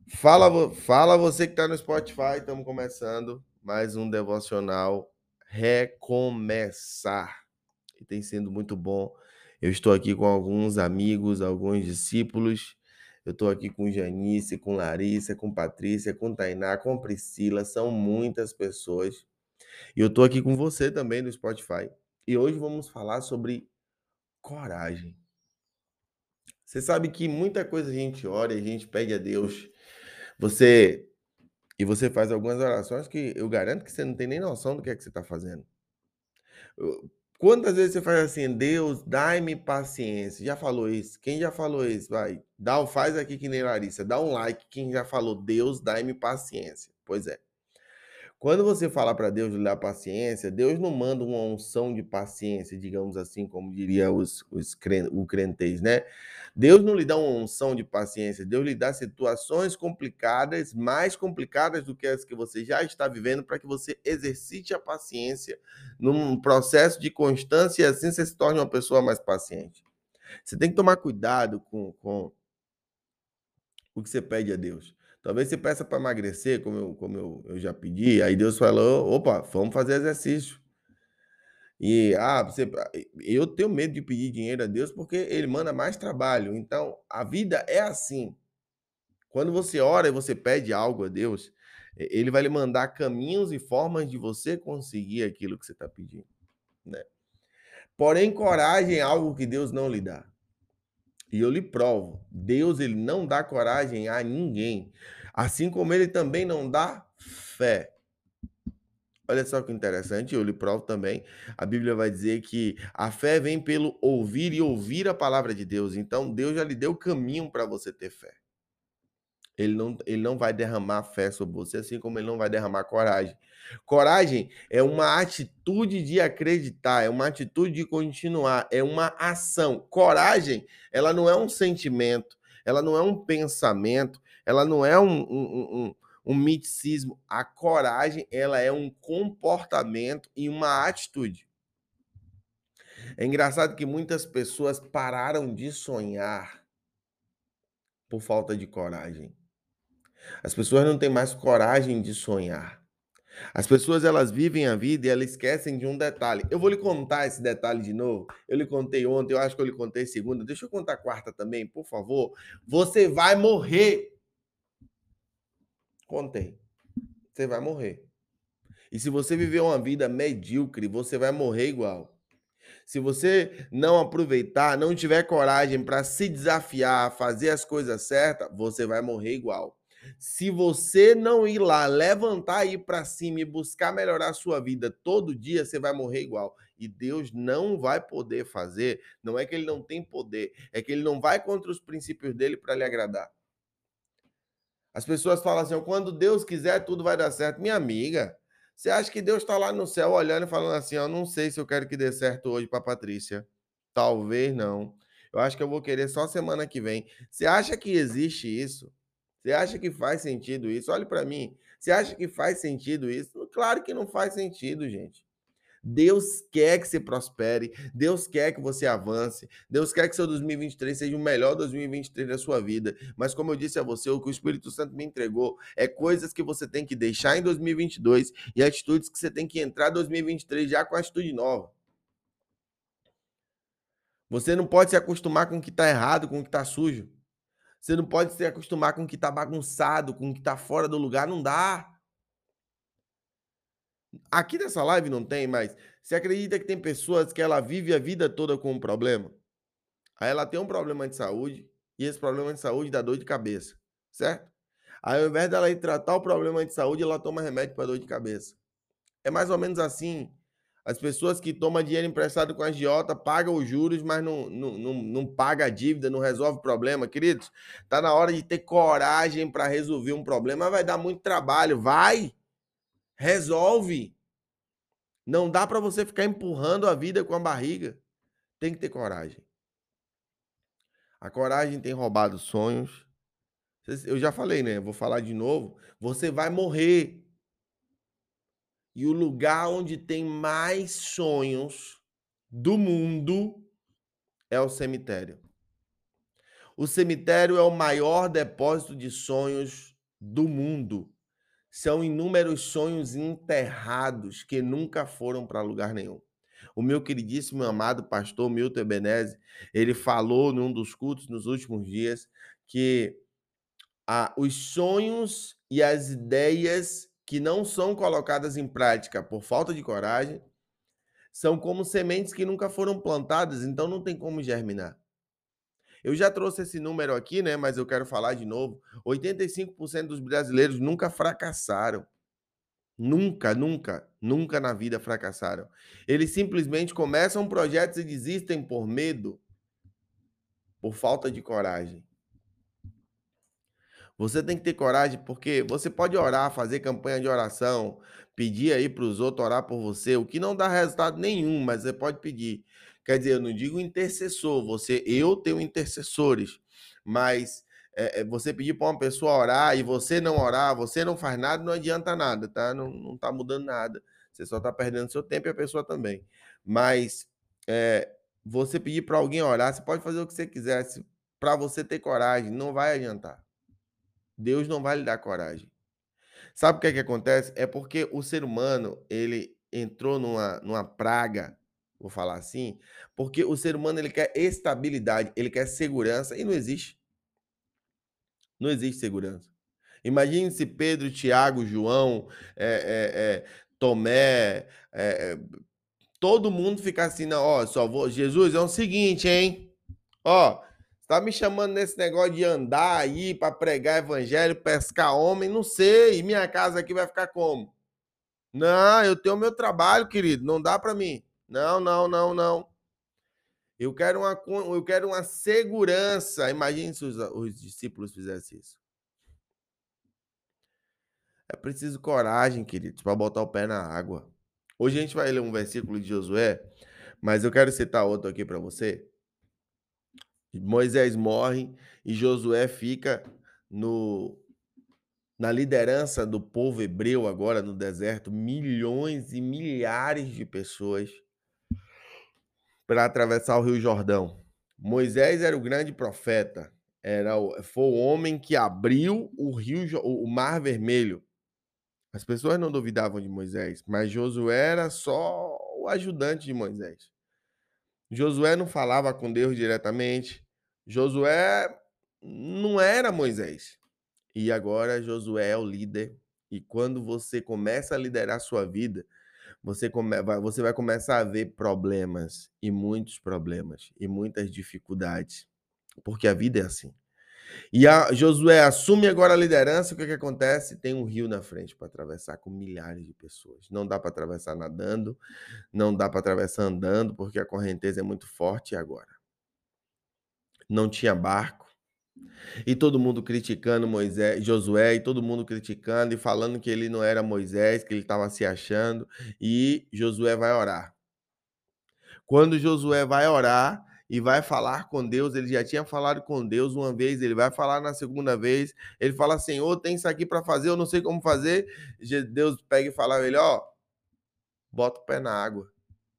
Fala você que está no Spotify, estamos começando mais um devocional Recomeçar. E tem sido muito bom. Eu estou aqui com alguns amigos, alguns discípulos. Eu estou aqui com Janice, com Larissa, com Patrícia, com Tainá, com Priscila. São muitas pessoas. E eu estou aqui com você também no Spotify. E hoje vamos falar sobre coragem. Você sabe que muita coisa a gente ora e a gente pede a Deus. Você você faz algumas orações que eu garanto que você não tem nem noção do que é que você está fazendo. Quantas vezes você faz assim: "Deus, dai-me paciência", já falou isso? Quem já falou isso? Vai, faz aqui que nem Larissa, dá um like quem já falou: "Deus, dai-me paciência". Pois é. Quando você fala para Deus lhe dar paciência, Deus não manda uma unção de paciência, digamos assim, como diria o crentez, né? Deus não lhe dá uma unção de paciência, Deus lhe dá situações complicadas, mais complicadas do que as que você já está vivendo, para que você exercite a paciência num processo de constância e assim você se torne uma pessoa mais paciente. Você tem que tomar cuidado com o que você pede a Deus. Talvez você peça para emagrecer, como eu já pedi, aí Deus falou: opa, vamos fazer exercício. Eu tenho medo de pedir dinheiro a Deus porque ele manda mais trabalho. Então, a vida é assim. Quando você ora e você pede algo a Deus, ele vai lhe mandar caminhos e formas de você conseguir aquilo que você está pedindo, né? Porém, coragem é algo que Deus não lhe dá. E eu lhe provo, Deus ele não dá coragem a ninguém, assim como ele também não dá fé. Olha só que interessante, eu lhe provo também. A Bíblia vai dizer que a fé vem pelo ouvir e ouvir a palavra de Deus. Então, Deus já lhe deu o caminho para você ter fé. Ele não vai derramar fé sobre você, assim como ele não vai derramar coragem. Coragem é uma atitude de acreditar, é uma atitude de continuar, é uma ação. Coragem, ela não é um sentimento, ela não é um pensamento, ela não é um miticismo. A coragem, ela é um comportamento e uma atitude. É engraçado que muitas pessoas pararam de sonhar por falta de coragem. As pessoas não têm mais coragem de sonhar. As pessoas elas vivem a vida e elas esquecem de um detalhe. Eu vou lhe contar esse detalhe de novo. Eu lhe contei ontem, eu acho que eu lhe contei segunda. Deixa eu contar quarta também, por favor. Você vai morrer. Contei. Você vai morrer. E se você viver uma vida medíocre, você vai morrer igual. Se você não aproveitar, não tiver coragem para se desafiar, fazer as coisas certas, você vai morrer igual. Se você não ir lá, levantar, ir para cima e buscar melhorar a sua vida todo dia, você vai morrer igual. E Deus não vai poder fazer, não é que ele não tem poder, é que ele não vai contra os princípios dele para lhe agradar. As pessoas falam assim: quando Deus quiser, tudo vai dar certo. Minha amiga, você acha que Deus está lá no céu olhando e falando assim: ó, não sei se eu quero que dê certo hoje para Patrícia. Talvez não. Eu acho que eu vou querer só semana que vem. Você acha que existe isso? Você acha que faz sentido isso? Olhe para mim. Você acha que faz sentido isso? Claro que não faz sentido, gente. Deus quer que você prospere, Deus quer que você avance, Deus quer que seu 2023 seja o melhor 2023 da sua vida. Mas como eu disse a você, o que o Espírito Santo me entregou é coisas que você tem que deixar em 2022 e atitudes que você tem que entrar em 2023 já com a atitude nova. Você não pode se acostumar com o que está errado, com o que está sujo. Você não pode se acostumar com o que está bagunçado, com o que está fora do lugar. Não dá. Aqui nessa live não tem, mas você acredita que tem pessoas que ela vive a vida toda com um problema? Aí ela tem um problema de saúde e esse problema de saúde dá dor de cabeça, certo? Aí ao invés dela ir tratar o problema de saúde, ela toma remédio para dor de cabeça. É mais ou menos assim. As pessoas que tomam dinheiro emprestado com a agiota pagam os juros, mas não paga a dívida, não resolve o problema. Queridos, tá na hora de ter coragem para resolver um problema. Vai dar muito trabalho. Vai, resolve. Não dá para você ficar empurrando a vida com a barriga. Tem que ter coragem. A coragem tem roubado sonhos. Eu já falei, né? Vou falar de novo. Você vai morrer. E o lugar onde tem mais sonhos do mundo é o cemitério. O cemitério é o maior depósito de sonhos do mundo são inúmeros sonhos enterrados que nunca foram para lugar nenhum. O meu queridíssimo e amado pastor Milton Ebenezi, ele falou num dos cultos nos últimos dias que os sonhos e as ideias que não são colocadas em prática por falta de coragem são como sementes que nunca foram plantadas, então não tem como germinar. Eu já trouxe esse número aqui, né, mas eu quero falar de novo. 85% dos brasileiros nunca fracassaram. Nunca, nunca, nunca na vida fracassaram. Eles simplesmente começam projetos e desistem por medo, por falta de coragem. Você tem que ter coragem, porque você pode orar, fazer campanha de oração, pedir aí para os outros orar por você, o que não dá resultado nenhum, mas você pode pedir. Quer dizer, eu não digo intercessor, eu tenho intercessores, mas você pedir para uma pessoa orar e você não orar, você não faz nada, não adianta nada, tá? Não está mudando nada. Você só está perdendo seu tempo e a pessoa também. Mas você pedir para alguém orar, você pode fazer o que você quiser, para você ter coragem, não vai adiantar. Deus não vai lhe dar coragem. Sabe o que é que acontece? É porque o ser humano, ele entrou numa praga, vou falar assim, porque o ser humano ele quer estabilidade, ele quer segurança e não existe. Não existe segurança. Imagine se Pedro, Tiago, João, Tomé, todo mundo ficar assim, não, ó, só vou. Jesus, é o seguinte, hein? Ó, você tá me chamando nesse negócio de andar aí para pregar evangelho, pescar homem, não sei. E minha casa aqui vai ficar como? Não, eu tenho meu trabalho, querido, não dá para mim. Não, não, não, não. Eu quero uma segurança. Imagine se os discípulos fizessem isso. É preciso coragem, queridos, para botar o pé na água. Hoje a gente vai ler um versículo de Josué, mas eu quero citar outro aqui para você. Moisés morre e Josué fica no, na liderança do povo hebreu agora no deserto, milhões e milhares de pessoas para atravessar o Rio Jordão. Moisés era o grande profeta, foi o homem que abriu o Mar Vermelho. As pessoas não duvidavam de Moisés, mas Josué era só o ajudante de Moisés. Josué não falava com Deus diretamente. Josué não era Moisés. E agora Josué é o líder. E quando você começa a liderar a sua vida, você vai começar a ver problemas, e muitas dificuldades. Porque a vida é assim. E Josué assume agora a liderança, o que acontece? Tem um rio na frente para atravessar com milhares de pessoas. Não dá para atravessar nadando, não dá para atravessar andando, porque a correnteza é muito forte agora. Não tinha barco. E todo mundo criticando Josué, e todo mundo criticando e falando que ele não era Moisés, que ele estava se achando. E Josué vai orar. Quando Josué vai orar e vai falar com Deus, ele já tinha falado com Deus uma vez, ele vai falar na segunda vez, ele fala: Senhor, tem isso aqui para fazer, eu não sei como fazer. Deus pega e fala a ele: ó, bota o pé na água.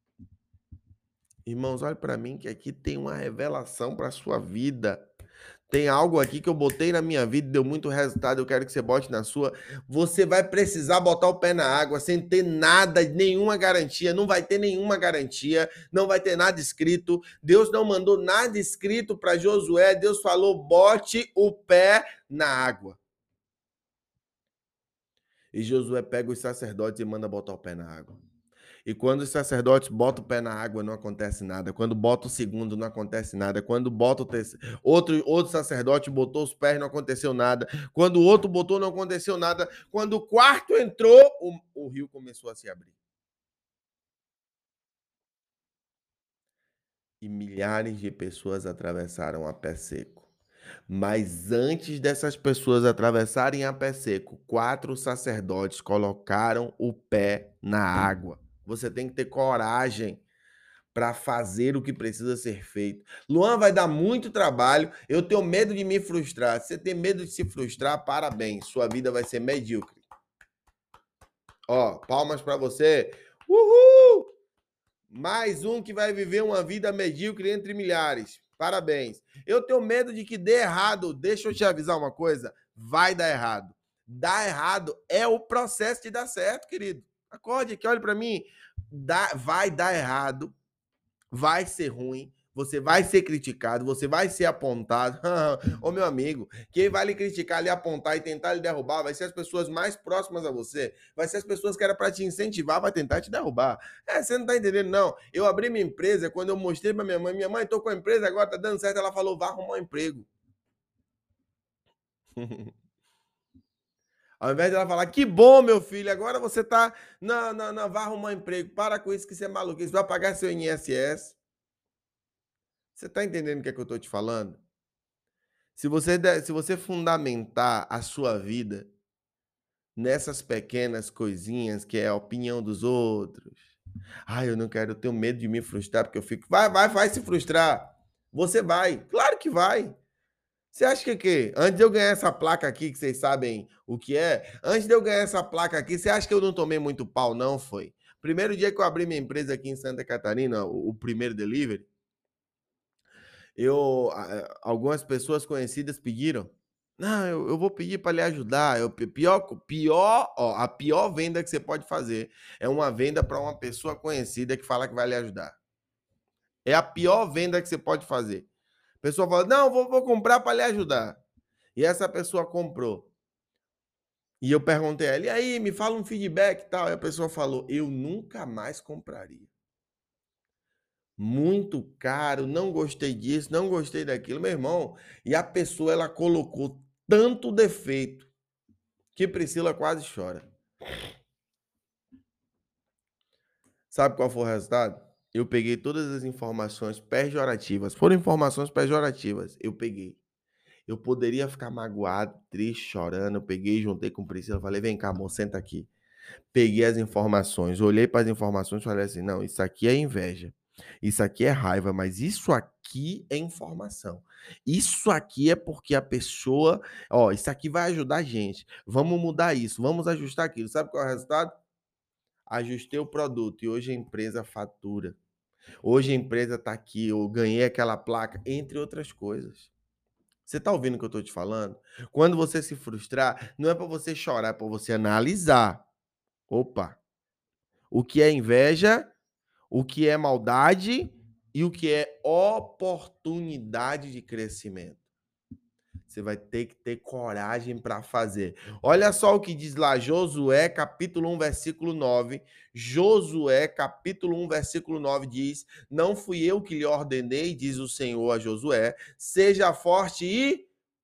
Irmãos, olhe para mim que aqui tem uma revelação para a sua vida. Tem algo aqui que eu botei na minha vida e deu muito resultado, eu quero que você bote na sua. Você vai precisar botar o pé na água sem ter nada, nenhuma garantia, não vai ter nenhuma garantia, não vai ter nada escrito. Deus não mandou nada escrito para Josué, Deus falou: bote o pé na água. E Josué pega os sacerdotes e manda botar o pé na água. E quando os sacerdotes botam o pé na água, não acontece nada. Quando bota o segundo, não acontece nada. Quando bota o terceiro, outro sacerdote botou os pés, não aconteceu nada. Quando o outro botou, não aconteceu nada. Quando o quarto entrou, o rio começou a se abrir. E milhares de pessoas atravessaram a pé seco. Mas antes dessas pessoas atravessarem a pé seco, 4 sacerdotes colocaram o pé na água. Você tem que ter coragem para fazer o que precisa ser feito. Luan, vai dar muito trabalho. Eu tenho medo de me frustrar. Se você tem medo de se frustrar, parabéns. Sua vida vai ser medíocre. Ó, palmas para você. Uhul! Mais um que vai viver uma vida medíocre entre milhares. Parabéns. Eu tenho medo de que dê errado. Deixa eu te avisar uma coisa. Vai dar errado. Dar errado é o processo de dar certo, querido. Acorde aqui, olhe para mim. Vai dar errado, vai ser ruim, você vai ser criticado, você vai ser apontado. Ô, meu amigo, quem vai lhe criticar, lhe apontar e tentar lhe derrubar vai ser as pessoas mais próximas a você. Vai ser as pessoas que era para te incentivar, vai tentar te derrubar. Você não tá entendendo, não. Eu abri minha empresa, quando eu mostrei para minha mãe, tô com a empresa agora, tá dando certo, ela falou, vá arrumar um emprego. Ao invés de ela falar, que bom, meu filho, agora você tá. Não, não, não, vai arrumar um emprego. Para com isso que você é maluquice. Vai pagar seu INSS. Você tá entendendo o que é que eu tô te falando? Se você fundamentar a sua vida nessas pequenas coisinhas, que é a opinião dos outros. Eu não quero, eu tenho medo de me frustrar, porque eu fico. Vai se frustrar. Você vai. Claro que vai. Você acha que antes de eu ganhar essa placa aqui, que vocês sabem o que é, antes de eu ganhar essa placa aqui, você acha que eu não tomei muito pau? Não foi. Primeiro dia que eu abri minha empresa aqui em Santa Catarina, o primeiro delivery, algumas pessoas conhecidas pediram. Não, eu vou pedir para lhe ajudar. A pior venda que você pode fazer é uma venda para uma pessoa conhecida que fala que vai lhe ajudar. É a pior venda que você pode fazer. A pessoa fala, não, vou comprar para lhe ajudar. E essa pessoa comprou. E eu perguntei a ela, e aí, me fala um feedback e tal. E a pessoa falou, eu nunca mais compraria. Muito caro, não gostei disso, não gostei daquilo, meu irmão. E a pessoa, ela colocou tanto defeito que Priscila quase chora. Sabe qual foi o resultado? Eu peguei todas as informações pejorativas. Foram informações pejorativas. Eu peguei. Eu poderia ficar magoado, triste, chorando. Eu peguei, juntei com Priscila, falei, vem cá, amor, senta aqui. Peguei as informações, olhei para as informações e falei assim, não, isso aqui é inveja. Isso aqui é raiva, mas isso aqui é informação. Isso aqui é porque a pessoa, isso aqui vai ajudar a gente. Vamos mudar isso, vamos ajustar aquilo. Sabe qual é o resultado? Ajustei o produto e hoje a empresa fatura. Hoje a empresa está aqui, eu ganhei aquela placa, entre outras coisas. Você está ouvindo o que eu estou te falando? Quando você se frustrar, não é para você chorar, é para você analisar. Opa, o que é inveja, o que é maldade e o que é oportunidade de crescimento. Você vai ter que ter coragem para fazer. Olha só o que diz lá, Josué, capítulo 1, versículo 9. Josué, capítulo 1, versículo 9 diz: Não fui eu que lhe ordenei, diz o Senhor a Josué, seja forte e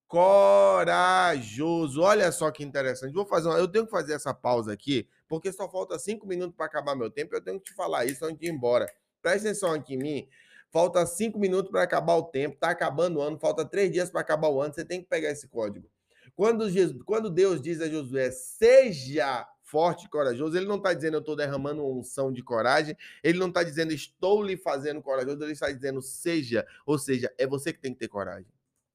corajoso. Olha só que interessante. Eu tenho que fazer essa pausa aqui, porque só falta 5 minutos para acabar meu tempo. Eu tenho que te falar isso antes de ir embora. Presta atenção aqui em mim. Falta 5 minutos para acabar o tempo, está acabando o ano, falta 3 dias para acabar o ano, você tem que pegar esse código. Quando Deus diz a Josué, seja forte e corajoso, ele não está dizendo eu estou derramando uma unção de coragem, ele não está dizendo estou lhe fazendo corajoso, ele está dizendo seja, ou seja, é você que tem que ter coragem.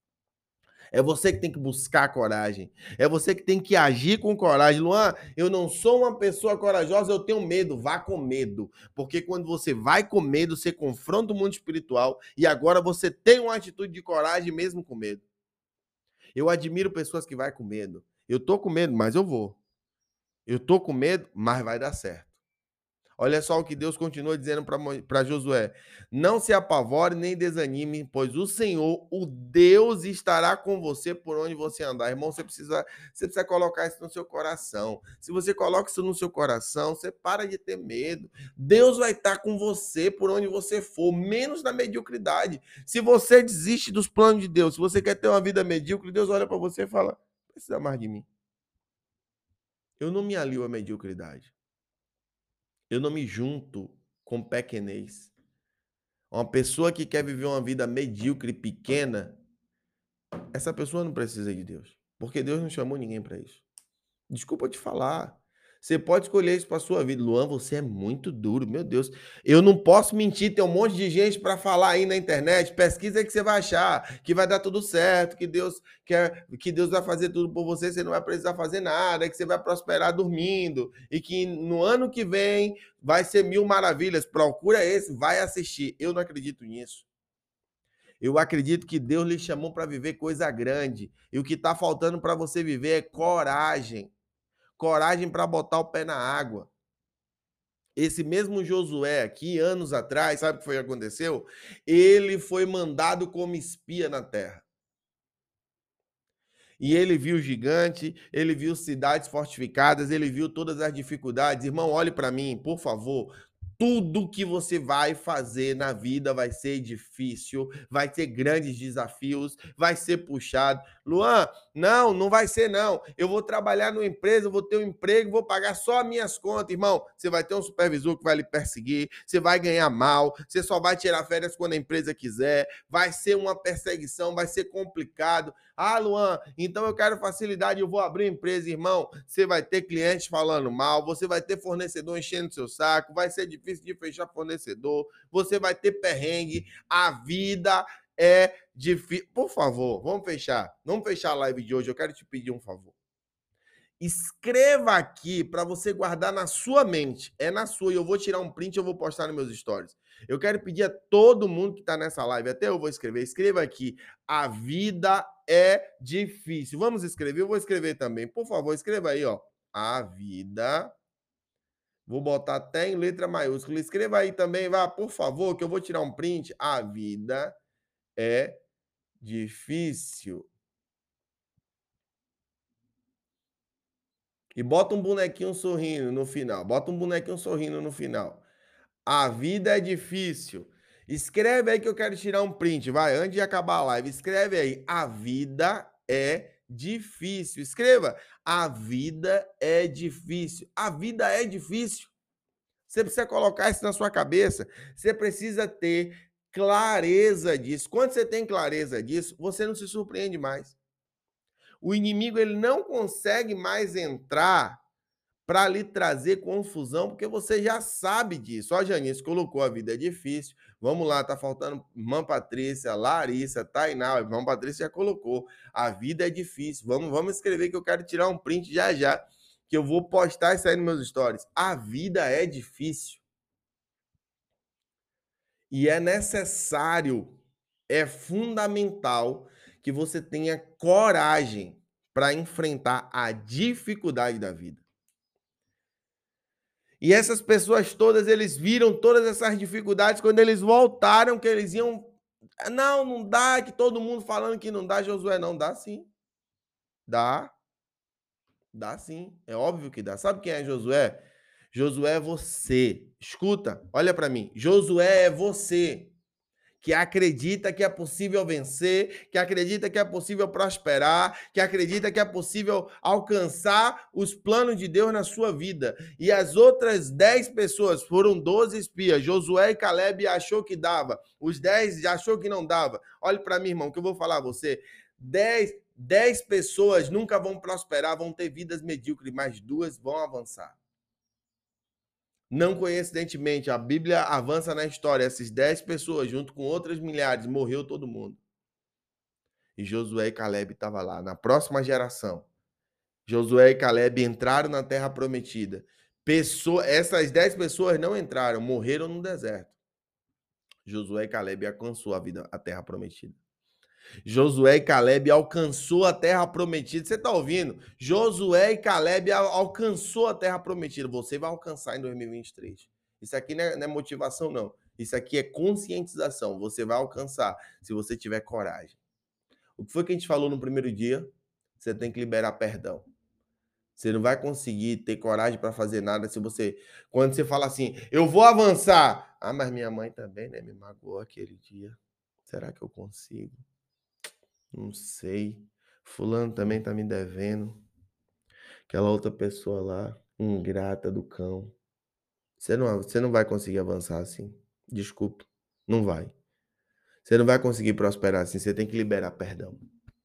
É você que tem que buscar coragem. É você que tem que agir com coragem. Luan, eu não sou uma pessoa corajosa, eu tenho medo. Vá com medo. Porque quando você vai com medo, você confronta o mundo espiritual e agora você tem uma atitude de coragem mesmo com medo. Eu admiro pessoas que vão com medo. Eu tô com medo, mas eu vou. Eu tô com medo, mas vai dar certo. Olha só o que Deus continua dizendo para Josué: Não se apavore nem desanime, pois o Senhor, o Deus, estará com você por onde você andar. Irmão, você precisa colocar isso no seu coração. Se você coloca isso no seu coração, você para de ter medo. Deus vai estar com você por onde você for, menos na mediocridade. Se você desiste dos planos de Deus, se você quer ter uma vida medíocre, Deus olha para você e fala: Precisa mais de mim. Eu não me alio à mediocridade. Eu não me junto com pequenez. Uma pessoa que quer viver uma vida medíocre, pequena, essa pessoa não precisa de Deus. Porque Deus não chamou ninguém para isso. Desculpa te falar. Você pode escolher isso para sua vida. Luan, você é muito duro, meu Deus. Eu não posso mentir, tem um monte de gente para falar aí na internet. Pesquisa aí que você vai achar, que vai dar tudo certo, que Deus vai fazer tudo por você, você não vai precisar fazer nada, que você vai prosperar dormindo e que no ano que vem vai ser 1000 maravilhas. Procura esse, vai assistir. Eu não acredito nisso. Eu acredito que Deus lhe chamou para viver coisa grande. E o que está faltando para você viver é coragem. Coragem para botar o pé na água. Esse mesmo Josué aqui, anos atrás, sabe o que foi que aconteceu? Ele foi mandado como espia na terra. E ele viu gigante, ele viu cidades fortificadas, ele viu todas as dificuldades. Irmão, olhe para mim, por favor. Tudo que você vai fazer na vida vai ser difícil, vai ter grandes desafios, vai ser puxado. Luan, não, não vai ser não. Eu vou trabalhar numa empresa, eu vou ter um emprego, vou pagar só as minhas contas. Irmão, você vai ter um supervisor que vai lhe perseguir, você vai ganhar mal, você só vai tirar férias quando a empresa quiser, vai ser uma perseguição, vai ser complicado. Ah, Luan, então eu quero facilidade, eu vou abrir uma empresa, irmão. Você vai ter clientes falando mal, você vai ter fornecedor enchendo seu saco, vai ser difícil de fechar fornecedor, você vai ter perrengue. A vida é difícil. Por favor, vamos fechar. Vamos fechar a live de hoje. Eu quero te pedir um favor. Escreva aqui para você guardar na sua mente. É na sua. E eu vou tirar um print e eu vou postar nos meus stories. Eu quero pedir a todo mundo que está nessa live, até eu vou escrever. Escreva aqui. A vida é difícil. Vamos escrever? Eu vou escrever também. Por favor, escreva aí, ó. A vida. Vou botar até em letra maiúscula. Escreva aí também, vá, por favor, que eu vou tirar um print. A vida é difícil. E bota um bonequinho sorrindo no final. Bota um bonequinho sorrindo no final. A vida é difícil. Escreve aí que eu quero tirar um print, vai, antes de acabar a live. Escreve aí. A vida é difícil. Escreva. A vida é difícil. A vida é difícil. Você precisa colocar isso na sua cabeça. Você precisa ter clareza disso. Quando você tem clareza disso, você não se surpreende mais. O inimigo ele não consegue mais entrar para lhe trazer confusão, porque você já sabe disso. Ó, Janice colocou a vida é difícil. Vamos lá, tá faltando irmã Patrícia, Larissa, Tainá. A irmã Patrícia já colocou. A vida é difícil. Vamos escrever que eu quero tirar um print já já, que eu vou postar isso aí nos meus stories. A vida é difícil. E é necessário, é fundamental que você tenha coragem para enfrentar a dificuldade da vida. E essas pessoas todas, eles viram todas essas dificuldades quando eles voltaram, que eles iam. Não, não dá, que todo mundo falando que não dá, Josué, não dá sim. Dá, dá sim. É óbvio que dá. Sabe quem é Josué? Josué é você. Escuta, olha para mim. Josué é você que acredita que é possível vencer, que acredita que é possível prosperar, que acredita que é possível alcançar os planos de Deus na sua vida. E as outras 10 pessoas, foram 12 espias, Josué e Caleb achou que dava, os 10 achou que não dava. Olhe para mim, irmão, que eu vou falar a você. 10 pessoas nunca vão prosperar, vão ter vidas medíocres, mas 2 vão avançar. Não coincidentemente, a Bíblia avança na história. Essas 10 pessoas, junto com outras milhares, morreu todo mundo. E Josué e Caleb estavam lá. Na próxima geração, Josué e Caleb entraram na Terra Prometida. Essas 10 pessoas não entraram, morreram no deserto. Josué e Caleb alcançou a Terra Prometida. Josué e Caleb alcançou a terra prometida. Você está ouvindo? Josué e Caleb alcançou a terra prometida. Você vai alcançar em 2023. Isso aqui não é motivação, não. Isso aqui é conscientização. Você vai alcançar se você tiver coragem. O que foi que a gente falou no primeiro dia? Você tem que liberar perdão. Você não vai conseguir ter coragem para fazer nada se você... Quando você fala assim, eu vou avançar. Ah, mas minha mãe também, né? Me magoou aquele dia. Será que eu consigo? Não sei. Fulano também tá me devendo. Aquela outra pessoa lá, ingrata do cão. Você não vai conseguir avançar assim. Desculpa. Não vai. Você não vai conseguir prosperar assim. Você tem que liberar perdão.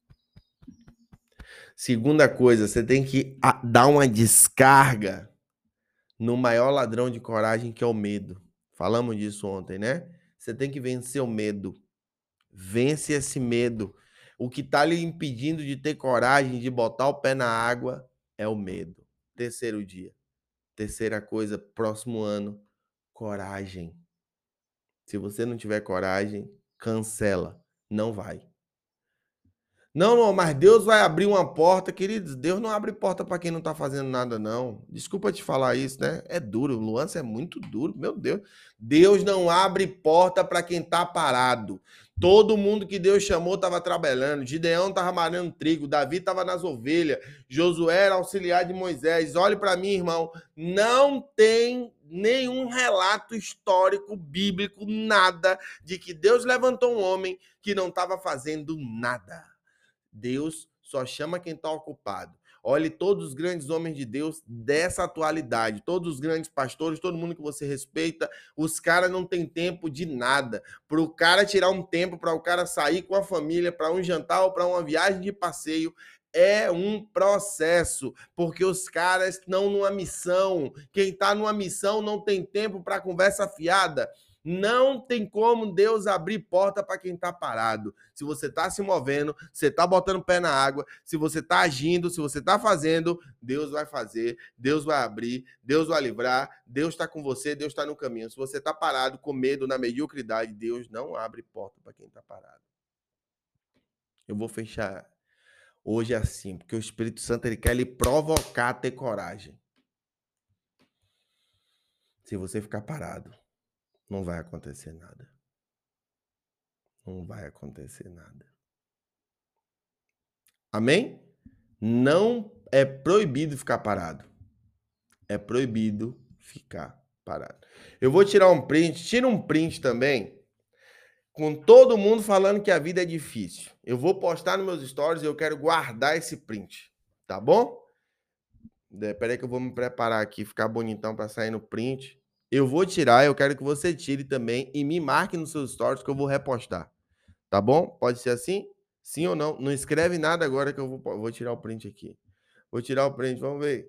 Segunda coisa, você tem que dar uma descarga no maior ladrão de coragem, que é o medo. Falamos disso ontem, né? Você tem que vencer o medo. Vence esse medo. O que está lhe impedindo de ter coragem de botar o pé na água é o medo. Terceiro dia. Terceira coisa, próximo ano, coragem. Se você não tiver coragem, cancela. Não vai. Não, não, mas Deus vai abrir uma porta, queridos. Deus não abre porta para quem não está fazendo nada, não. Desculpa te falar isso, né? É duro, o Luan, é muito duro, meu Deus. Deus não abre porta para quem está parado. Todo mundo que Deus chamou estava trabalhando. Gideão estava malhando trigo, Davi estava nas ovelhas, Josué era auxiliar de Moisés. Olhe para mim, irmão, não tem nenhum relato histórico, bíblico, nada de que Deus levantou um homem que não estava fazendo nada. Deus só chama quem está ocupado. Olhe todos os grandes homens de Deus dessa atualidade, todos os grandes pastores, todo mundo que você respeita, os caras não têm tempo de nada. Para o cara tirar um tempo, para o cara sair com a família, para um jantar ou para uma viagem de passeio, é um processo, porque os caras estão numa missão. Quem está numa missão não tem tempo para conversa fiada. Não tem como Deus abrir porta para quem está parado. Se você está se movendo, você está botando o pé na água, se você está agindo, se você está fazendo, Deus vai fazer, Deus vai abrir, Deus vai livrar, Deus está com você, Deus está no caminho. Se você está parado com medo, na mediocridade, Deus não abre porta para quem está parado. Eu vou fechar hoje assim, porque o Espírito Santo ele quer lhe provocar a ter coragem. Se você ficar parado, não vai acontecer nada. Não vai acontecer nada. Amém? Não é proibido ficar parado. É proibido ficar parado. Eu vou tirar um print. Tira um print também com todo mundo falando que a vida é difícil. Eu vou postar nos meus stories e eu quero guardar esse print. Tá bom? Peraí que eu vou me preparar aqui, ficar bonitão para sair no print. Eu vou tirar, eu quero que você tire também e me marque nos seus stories que eu vou repostar. Tá bom? Pode ser assim? Sim ou não? Não escreve nada agora que eu vou tirar o print aqui. Vou tirar o print, vamos ver.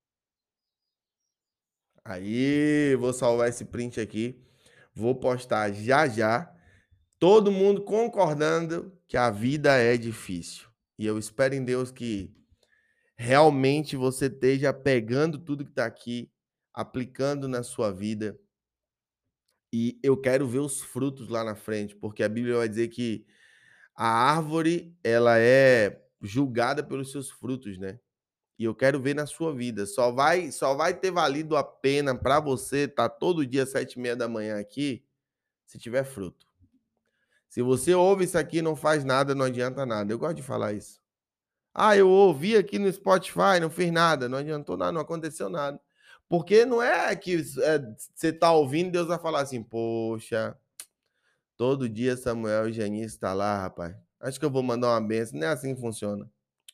Aí, vou salvar esse print aqui. Vou postar já já. Todo mundo concordando que a vida é difícil. E eu espero em Deus que realmente você esteja pegando tudo que está aqui, aplicando na sua vida. E eu quero ver os frutos lá na frente, porque a Bíblia vai dizer que a árvore, ela é julgada pelos seus frutos, né? E eu quero ver na sua vida. Só vai ter valido a pena para você estar todo dia às 7h30 da manhã aqui, se tiver fruto. Se você ouve isso aqui e não faz nada, não adianta nada. Eu gosto de falar isso. Ah, eu ouvi aqui no Spotify, não fiz nada, não adiantou nada, não aconteceu nada. Porque não é que você está ouvindo, Deus vai falar assim, poxa, todo dia Samuel e Janice estão lá, rapaz. Acho que eu vou mandar uma benção. Não é assim que funciona.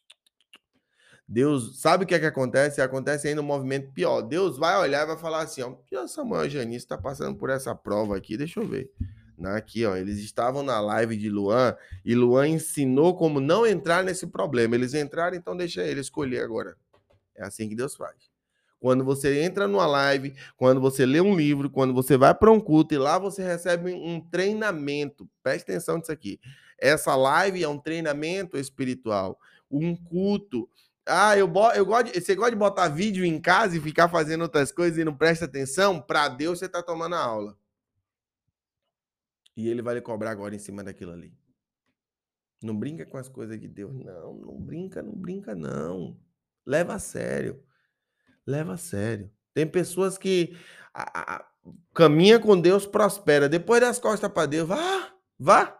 Deus, sabe o que é que acontece? Acontece ainda um movimento pior. Deus vai olhar e vai falar assim, ó, Samuel e Janice está passando por essa prova aqui, deixa eu ver. Aqui, ó, eles estavam na live de Luan e Luan ensinou como não entrar nesse problema. Eles entraram, então deixa ele escolher agora. É assim que Deus faz. Quando você entra numa live, quando você lê um livro, quando você vai para um culto e lá você recebe um treinamento. Preste atenção nisso aqui. Essa live é um treinamento espiritual. Um culto. Ah, você gosta de botar vídeo em casa e ficar fazendo outras coisas e não presta atenção? Para Deus você está tomando a aula. E ele vai lhe cobrar agora em cima daquilo ali. Não brinca com as coisas de Deus. Não brinca, não. Leva a sério. Leva a sério. Tem pessoas que caminha com Deus, prospera. Depois das costas para Deus, vá.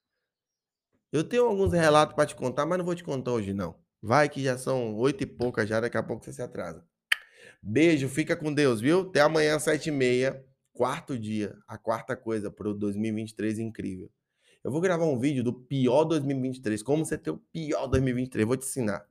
Eu tenho alguns relatos para te contar, mas não vou te contar hoje, não. Vai que já são 8 e pouca já, daqui a pouco você se atrasa. Beijo, fica com Deus, viu? Até amanhã, 7h30, quarto dia, a quarta coisa para o 2023 incrível. Eu vou gravar um vídeo do pior 2023, como você ter o pior 2023, vou te ensinar.